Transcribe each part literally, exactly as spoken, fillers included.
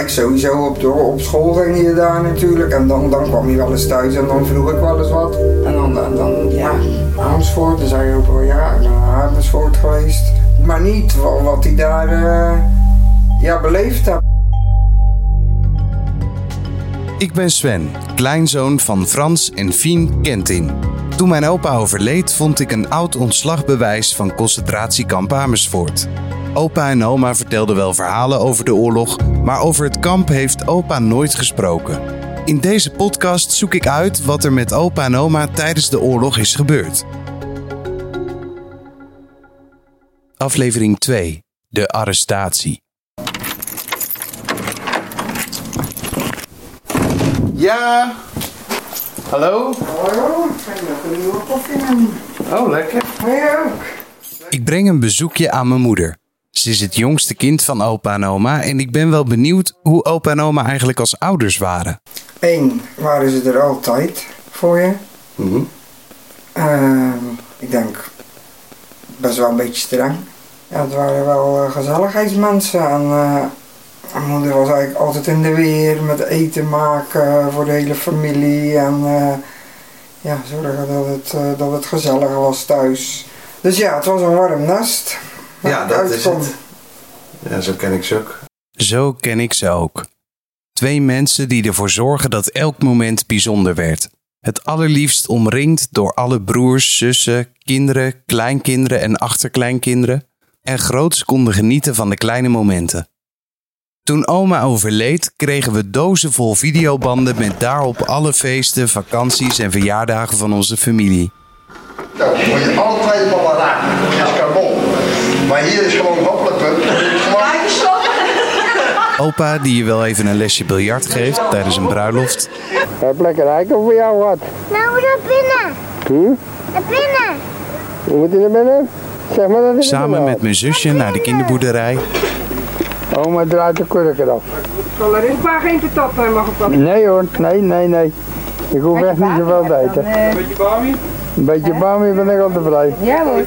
ik sowieso op, de, op school ging je daar natuurlijk. En dan, dan kwam hij wel eens thuis en dan vroeg ik wel eens wat. En dan, dan, dan ja, Amersfoort. Dan zei je ook wel, ja, ik ben naar Amersfoort geweest. Maar niet wat, wat hij daar uh, ja, beleefd heeft. Ik ben Sven, kleinzoon van Frans en Fien Kentin. Toen mijn opa overleed, vond ik een oud ontslagbewijs van concentratiekamp Amersfoort. Opa en oma vertelden wel verhalen over de oorlog, maar over het kamp heeft opa nooit gesproken. In deze podcast zoek ik uit wat er met opa en oma tijdens de oorlog is gebeurd. Aflevering twee. De arrestatie. Ja, hallo? Hallo, ik ga nog een nieuwe koffie nemen. Oh, lekker. Jij ook. Ik breng een bezoekje aan mijn moeder. Ze is het jongste kind van opa en oma en ik ben wel benieuwd hoe opa en oma eigenlijk als ouders waren. Eén, waren ze er altijd voor je? Mm-hmm. Uh, ik denk best wel een beetje streng. Ja, het waren wel uh, gezelligheidsmensen en uh, mijn moeder was eigenlijk altijd in de weer met eten maken voor de hele familie en uh, ja, zorgen dat het, uh, dat het gezellig was thuis. Dus ja, het was een warm nest. Ja, dat uitkom. Is het. Ja, zo ken ik ze ook. Zo ken ik ze ook. Twee mensen die ervoor zorgen dat elk moment bijzonder werd. Het allerliefst omringd door alle broers, zussen, kinderen, kleinkinderen en achterkleinkinderen. En groots konden genieten van de kleine momenten. Toen oma overleed, kregen we dozen vol videobanden met daarop alle feesten, vakanties en verjaardagen van onze familie. Nou, moet je alle twee ballen raken. Dat is carbon. Maar hier is gewoon hopelijk. Opa, die je wel even een lesje biljart geeft tijdens een bruiloft. Heb lekker rijken voor jou wat? Nou, moet naar binnen. Hm? Naar binnen. Hoe moet je naar binnen? Zeg maar dat ik Samen met mijn zusje naar de kinderboerderij. Oma draait de kurk eraf. Zal er een paar geen patat mag op dat? Nee hoor, nee, nee, nee. Ik hoef echt niet zoveel te eten. Een beetje bami? Een beetje bami ben ik al tevreden. Ja hoor.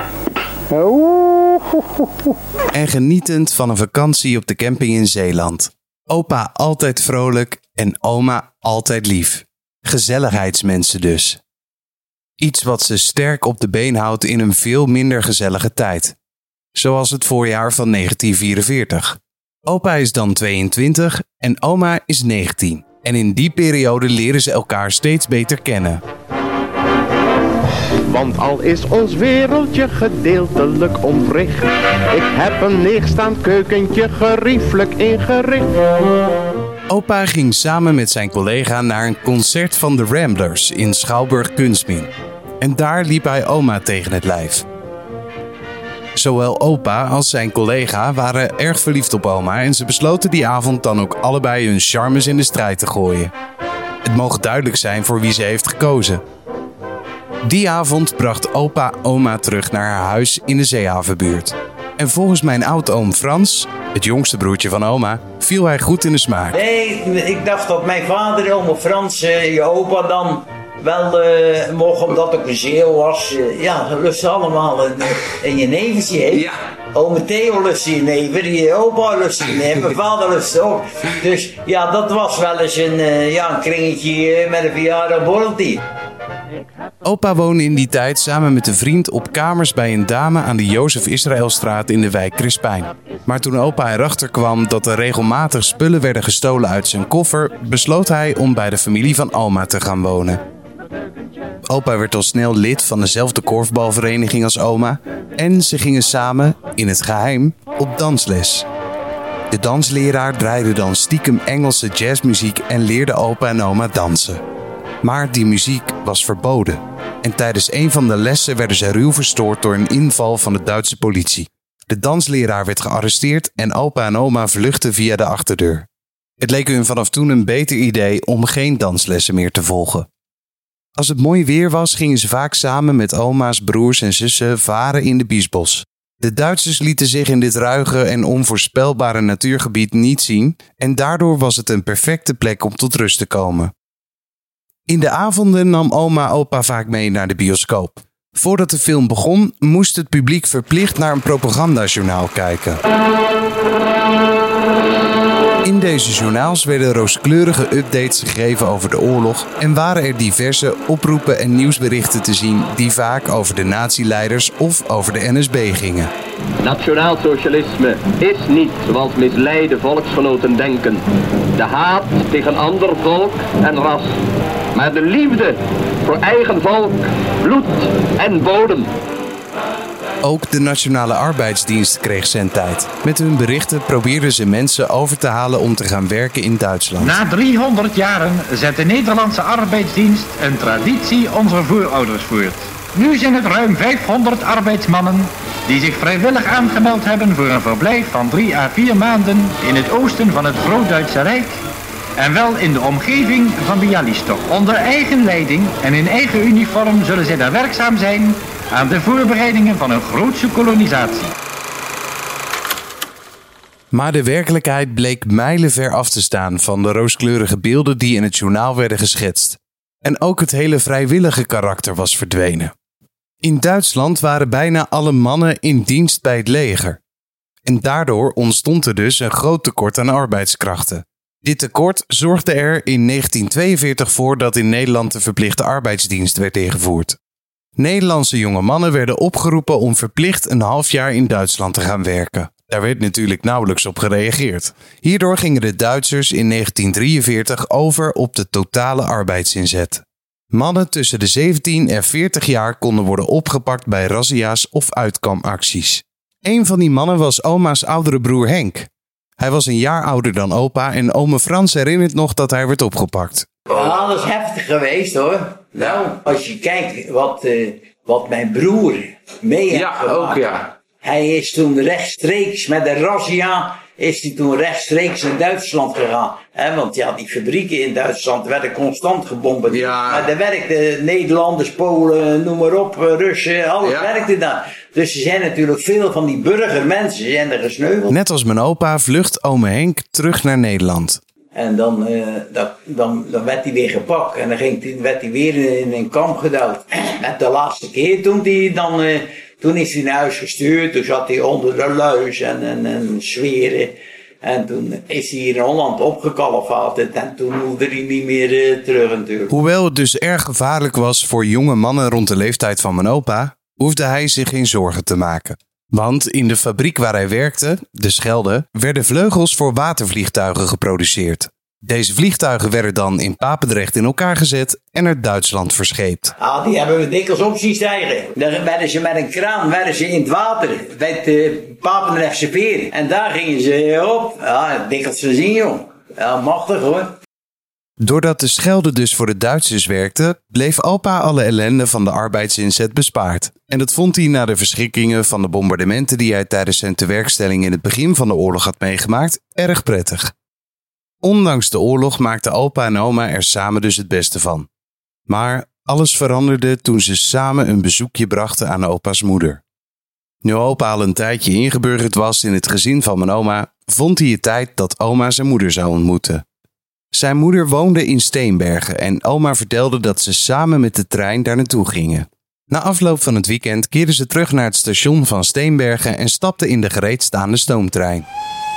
En genietend van een vakantie op de camping in Zeeland. Opa altijd vrolijk en oma altijd lief. Gezelligheidsmensen dus. Iets wat ze sterk op de been houdt in een veel minder gezellige tijd. Zoals het voorjaar van negentien vierenveertig. Opa is dan tweeëntwintig en oma is negentien. En in die periode leren ze elkaar steeds beter kennen. Want al is ons wereldje gedeeltelijk ontwricht, ik heb een leegstaand keukentje geriefelijk ingericht. Opa ging samen met zijn collega naar een concert van de Ramblers in Schouwburg Kunstmin. En daar liep hij oma tegen het lijf. Zowel opa als zijn collega waren erg verliefd op oma en ze besloten die avond dan ook allebei hun charmes in de strijd te gooien. Het mogen duidelijk zijn voor wie ze heeft gekozen. Die avond bracht opa oma terug naar haar huis in de Zeehavenbuurt. En volgens mijn oudoom Frans, het jongste broertje van oma, viel hij goed in de smaak. Nee, ik dacht dat mijn vader, oma Frans, uh, je opa dan wel uh, mocht, omdat ik een zeeuw was. Uh, ja, dat lust allemaal een, een jenevertje, hè? Ja. Ome Theo lust je never, je opa lust je never, mijn vader lust ook. Dus ja, dat was wel eens een, uh, ja, een kringetje uh, met een verjaardag borreltje. Opa woonde in die tijd samen met een vriend op kamers bij een dame aan de Jozef Israëlstraat in de wijk Crispijn. Maar toen opa erachter kwam dat er regelmatig spullen werden gestolen uit zijn koffer, besloot hij om bij de familie van oma te gaan wonen. Opa werd al snel lid van dezelfde korfbalvereniging als oma en ze gingen samen, in het geheim, op dansles. De dansleraar draaide dan stiekem Engelse jazzmuziek en leerde opa en oma dansen. Maar die muziek was verboden. En tijdens een van de lessen werden ze ruw verstoord door een inval van de Duitse politie. De dansleraar werd gearresteerd en opa en oma vluchtten via de achterdeur. Het leek hun vanaf toen een beter idee om geen danslessen meer te volgen. Als het mooi weer was, gingen ze vaak samen met oma's broers en zussen varen in de Biesbos. De Duitsers lieten zich in dit ruige en onvoorspelbare natuurgebied niet zien en daardoor was het een perfecte plek om tot rust te komen. In de avonden nam oma opa vaak mee naar de bioscoop. Voordat de film begon, moest het publiek verplicht naar een propagandajournaal kijken. In deze journaals werden rooskleurige updates gegeven over de oorlog en waren er diverse oproepen en nieuwsberichten te zien die vaak over de nazi-leiders of over de N S B gingen. Nationaal socialisme is niet zoals misleide volksgenoten denken. De haat tegen ander volk en ras, maar de liefde voor eigen volk, bloed en bodem. Ook de Nationale Arbeidsdienst kreeg zendtijd. Met hun berichten probeerden ze mensen over te halen om te gaan werken in Duitsland. Na driehonderd jaren zet de Nederlandse arbeidsdienst een traditie onze voorouders voort. Nu zijn het ruim vijfhonderd arbeidsmannen die zich vrijwillig aangemeld hebben voor een verblijf van drie à vier maanden in het oosten van het Groot-Duitse Rijk en wel in de omgeving van Bialystok. Onder eigen leiding en in eigen uniform zullen zij daar werkzaam zijn aan de voorbereidingen van een grootse kolonisatie. Maar de werkelijkheid bleek mijlenver af te staan van de rooskleurige beelden die in het journaal werden geschetst. En ook het hele vrijwillige karakter was verdwenen. In Duitsland waren bijna alle mannen in dienst bij het leger. En daardoor ontstond er dus een groot tekort aan arbeidskrachten. Dit tekort zorgde er in negentien tweeënveertig voor dat in Nederland de verplichte arbeidsdienst werd ingevoerd. Nederlandse jonge mannen werden opgeroepen om verplicht een half jaar in Duitsland te gaan werken. Daar werd natuurlijk nauwelijks op gereageerd. Hierdoor gingen de Duitsers in negentien drieënveertig over op de totale arbeidsinzet. Mannen tussen de zeventien en veertig jaar konden worden opgepakt bij razzia's of uitkamacties. Een van die mannen was oma's oudere broer Henk. Hij was een jaar ouder dan opa en ome Frans herinnert nog dat hij werd opgepakt. Ja, dat is heftig geweest hoor. Nou, als je kijkt wat, uh, wat mijn broer mee heeft ja, gemaakt. Ook, ja. Hij is toen rechtstreeks met de razzia is hij toen rechtstreeks naar Duitsland gegaan. He, want ja, die fabrieken in Duitsland werden constant gebombardeerd. Ja. Maar daar werkten Nederlanders, Polen, noem maar op, Russen, alles ja. werkte daar. Dus er zijn natuurlijk veel van die burgermensen zijn er gesneuveld. Net als mijn opa vlucht ome Henk terug naar Nederland. En dan, uh, dat, dan, dan werd hij weer gepakt en dan ging, werd hij weer in een kamp gedouwd. Met de laatste keer toen hij dan... Uh, Toen is hij naar huis gestuurd, toen zat hij onder de luis en, en, en zweren. En toen is hij hier in Holland opgekalfd en toen hoefde hij niet meer uh, terug natuurlijk. Hoewel het dus erg gevaarlijk was voor jonge mannen rond de leeftijd van mijn opa, hoefde hij zich geen zorgen te maken. Want in de fabriek waar hij werkte, de Schelde, werden vleugels voor watervliegtuigen geproduceerd. Deze vliegtuigen werden dan in Papendrecht in elkaar gezet en naar Duitsland verscheept. Ah, die hebben we dikwijls op zien stijgen. Dan werden ze met een kraan werden ze in het water bij het uh, Papendrechtse veer. En daar gingen ze op. Ja, dikwijls te zien, joh. Ja, machtig hoor. Doordat de Schelde dus voor de Duitsers werkte, bleef opa alle ellende van de arbeidsinzet bespaard. En dat vond hij na de verschrikkingen van de bombardementen die hij tijdens zijn tewerkstelling in het begin van de oorlog had meegemaakt, erg prettig. Ondanks de oorlog maakten opa en oma er samen dus het beste van. Maar alles veranderde toen ze samen een bezoekje brachten aan opa's moeder. Nu opa al een tijdje ingeburgerd was in het gezin van mijn oma, vond hij het tijd dat oma zijn moeder zou ontmoeten. Zijn moeder woonde in Steenbergen en oma vertelde dat ze samen met de trein daar naartoe gingen. Na afloop van het weekend keerden ze terug naar het station van Steenbergen en stapten in de gereedstaande stoomtrein.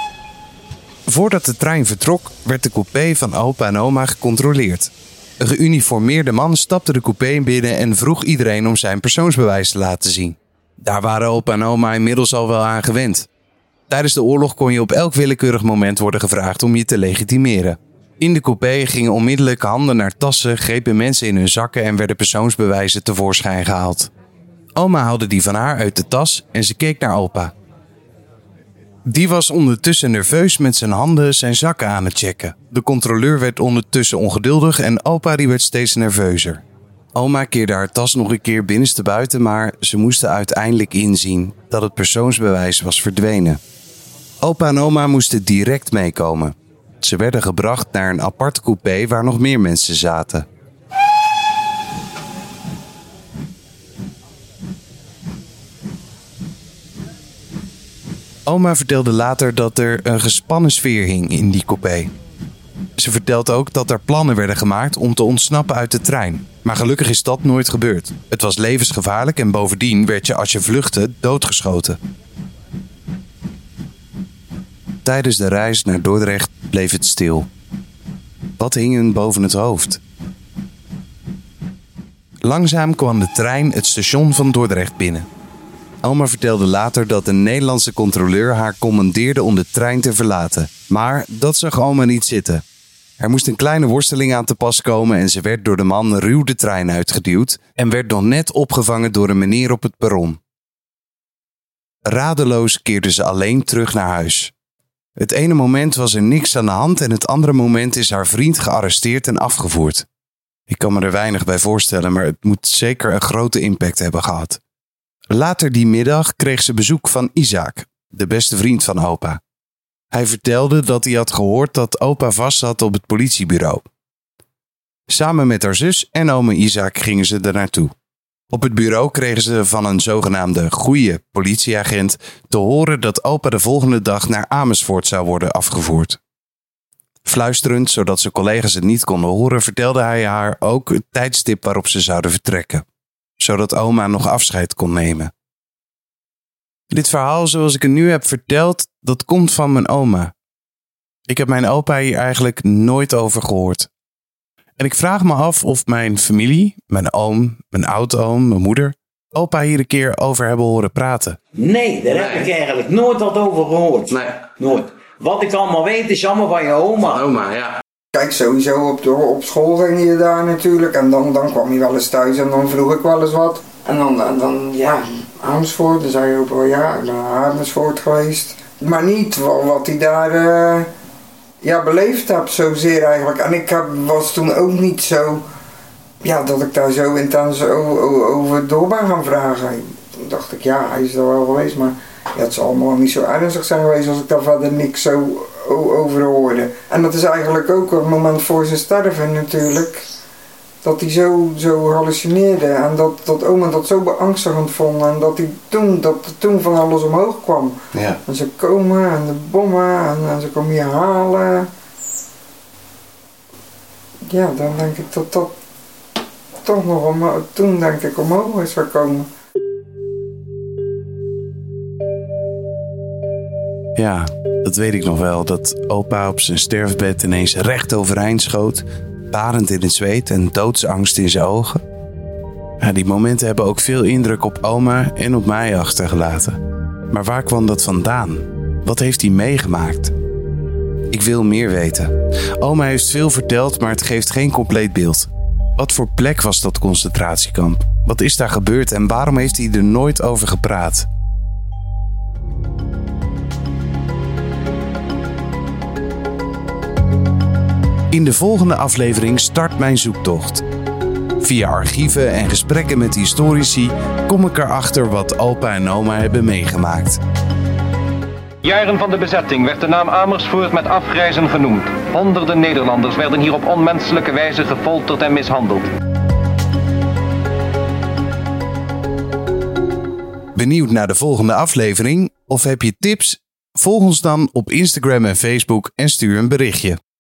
Voordat de trein vertrok, werd de coupé van opa en oma gecontroleerd. Een geuniformeerde man stapte de coupé binnen en vroeg iedereen om zijn persoonsbewijs te laten zien. Daar waren opa en oma inmiddels al wel aan gewend. Tijdens de oorlog kon je op elk willekeurig moment worden gevraagd om je te legitimeren. In de coupé gingen onmiddellijk handen naar tassen, grepen mensen in hun zakken en werden persoonsbewijzen tevoorschijn gehaald. Oma haalde die van haar uit de tas en ze keek naar opa. Die was ondertussen nerveus met zijn handen zijn zakken aan het checken. De controleur werd ondertussen ongeduldig en opa die werd steeds nerveuzer. Oma keerde haar tas nog een keer binnenstebuiten, maar ze moesten uiteindelijk inzien dat het persoonsbewijs was verdwenen. Opa en oma moesten direct meekomen. Ze werden gebracht naar een aparte coupé waar nog meer mensen zaten. Oma vertelde later dat er een gespannen sfeer hing in die coupé. Ze vertelt ook dat er plannen werden gemaakt om te ontsnappen uit de trein. Maar gelukkig is dat nooit gebeurd. Het was levensgevaarlijk en bovendien werd je als je vluchtte doodgeschoten. tijdens de reis naar Dordrecht bleef het stil. Wat hing hun boven het hoofd? Langzaam kwam de trein het station van Dordrecht binnen. Oma vertelde later dat een Nederlandse controleur haar commandeerde om de trein te verlaten. Maar dat zag oma niet zitten. Er moest een kleine worsteling aan te pas komen en ze werd door de man ruw de trein uitgeduwd en werd nog net opgevangen door een meneer op het perron. Radeloos keerde ze alleen terug naar huis. Het ene moment was er niks aan de hand en het andere moment is haar vriend gearresteerd en afgevoerd. Ik kan me er weinig bij voorstellen, maar het moet zeker een grote impact hebben gehad. Later die middag kreeg ze bezoek van Isaac, de beste vriend van opa. Hij vertelde dat hij had gehoord dat opa vast zat op het politiebureau. Samen met haar zus en ome Isaac gingen ze er naartoe. Op het bureau kregen ze van een zogenaamde goeie politieagent te horen dat opa de volgende dag naar Amersfoort zou worden afgevoerd. Fluisterend, zodat zijn collega's het niet konden horen, vertelde hij haar ook het tijdstip waarop ze zouden vertrekken, zodat oma nog afscheid kon nemen. Dit verhaal, zoals ik het nu heb verteld, dat komt van mijn oma. Ik heb mijn opa hier eigenlijk nooit over gehoord. En ik vraag me af of mijn familie, mijn oom, mijn oudoom, mijn moeder, opa hier een keer over hebben horen praten. Nee, daar heb ik eigenlijk nooit wat over gehoord. Nee. Nooit. Wat ik allemaal weet is allemaal van je oma. Van oma, ja. Kijk, sowieso op, de, op school ging je daar natuurlijk. En dan, dan kwam je wel eens thuis en dan vroeg ik wel eens wat. En dan, en dan ja, Amersfoort. Dan zei je ook wel, ja, ik ben naar Amersfoort geweest. Maar niet wat, wat hij daar uh, ja, beleefd heeft, zozeer eigenlijk. En ik heb, was toen ook niet zo, ja, dat ik daar zo intens over door ben gaan vragen. Toen dacht ik, ja, hij is er wel geweest, maar ja, het zal allemaal niet zo ernstig zijn geweest als ik daar verder niks zo over hoorde. En dat is eigenlijk ook het moment voor zijn sterven natuurlijk. Dat hij zo, zo hallucineerde en dat, dat oma dat zo beangstigend vond en dat hij toen, dat er toen van alles omhoog kwam. Ja. En ze komen en de bommen en, en ze komen je halen. Ja, dan denk ik dat dat toch nog om, toen denk ik omhoog is gekomen. Ja, dat weet ik nog wel, dat opa op zijn sterfbed ineens recht overeind schoot, barend in het zweet en doodsangst in zijn ogen. Ja, die momenten hebben ook veel indruk op oma en op mij achtergelaten. Maar waar kwam dat vandaan? Wat heeft hij meegemaakt? Ik wil meer weten. Oma heeft veel verteld, maar het geeft geen compleet beeld. Wat voor plek was dat concentratiekamp? Wat is daar gebeurd en waarom heeft hij er nooit over gepraat? In de volgende aflevering start mijn zoektocht. Via archieven en gesprekken met historici kom ik erachter wat opa en oma hebben meegemaakt. Jaren van de bezetting werd de naam Amersfoort met afgrijzen genoemd. Honderden Nederlanders werden hier op onmenselijke wijze gefolterd en mishandeld. Benieuwd naar de volgende aflevering? Of heb je tips? Volg ons dan op Instagram en Facebook en stuur een berichtje.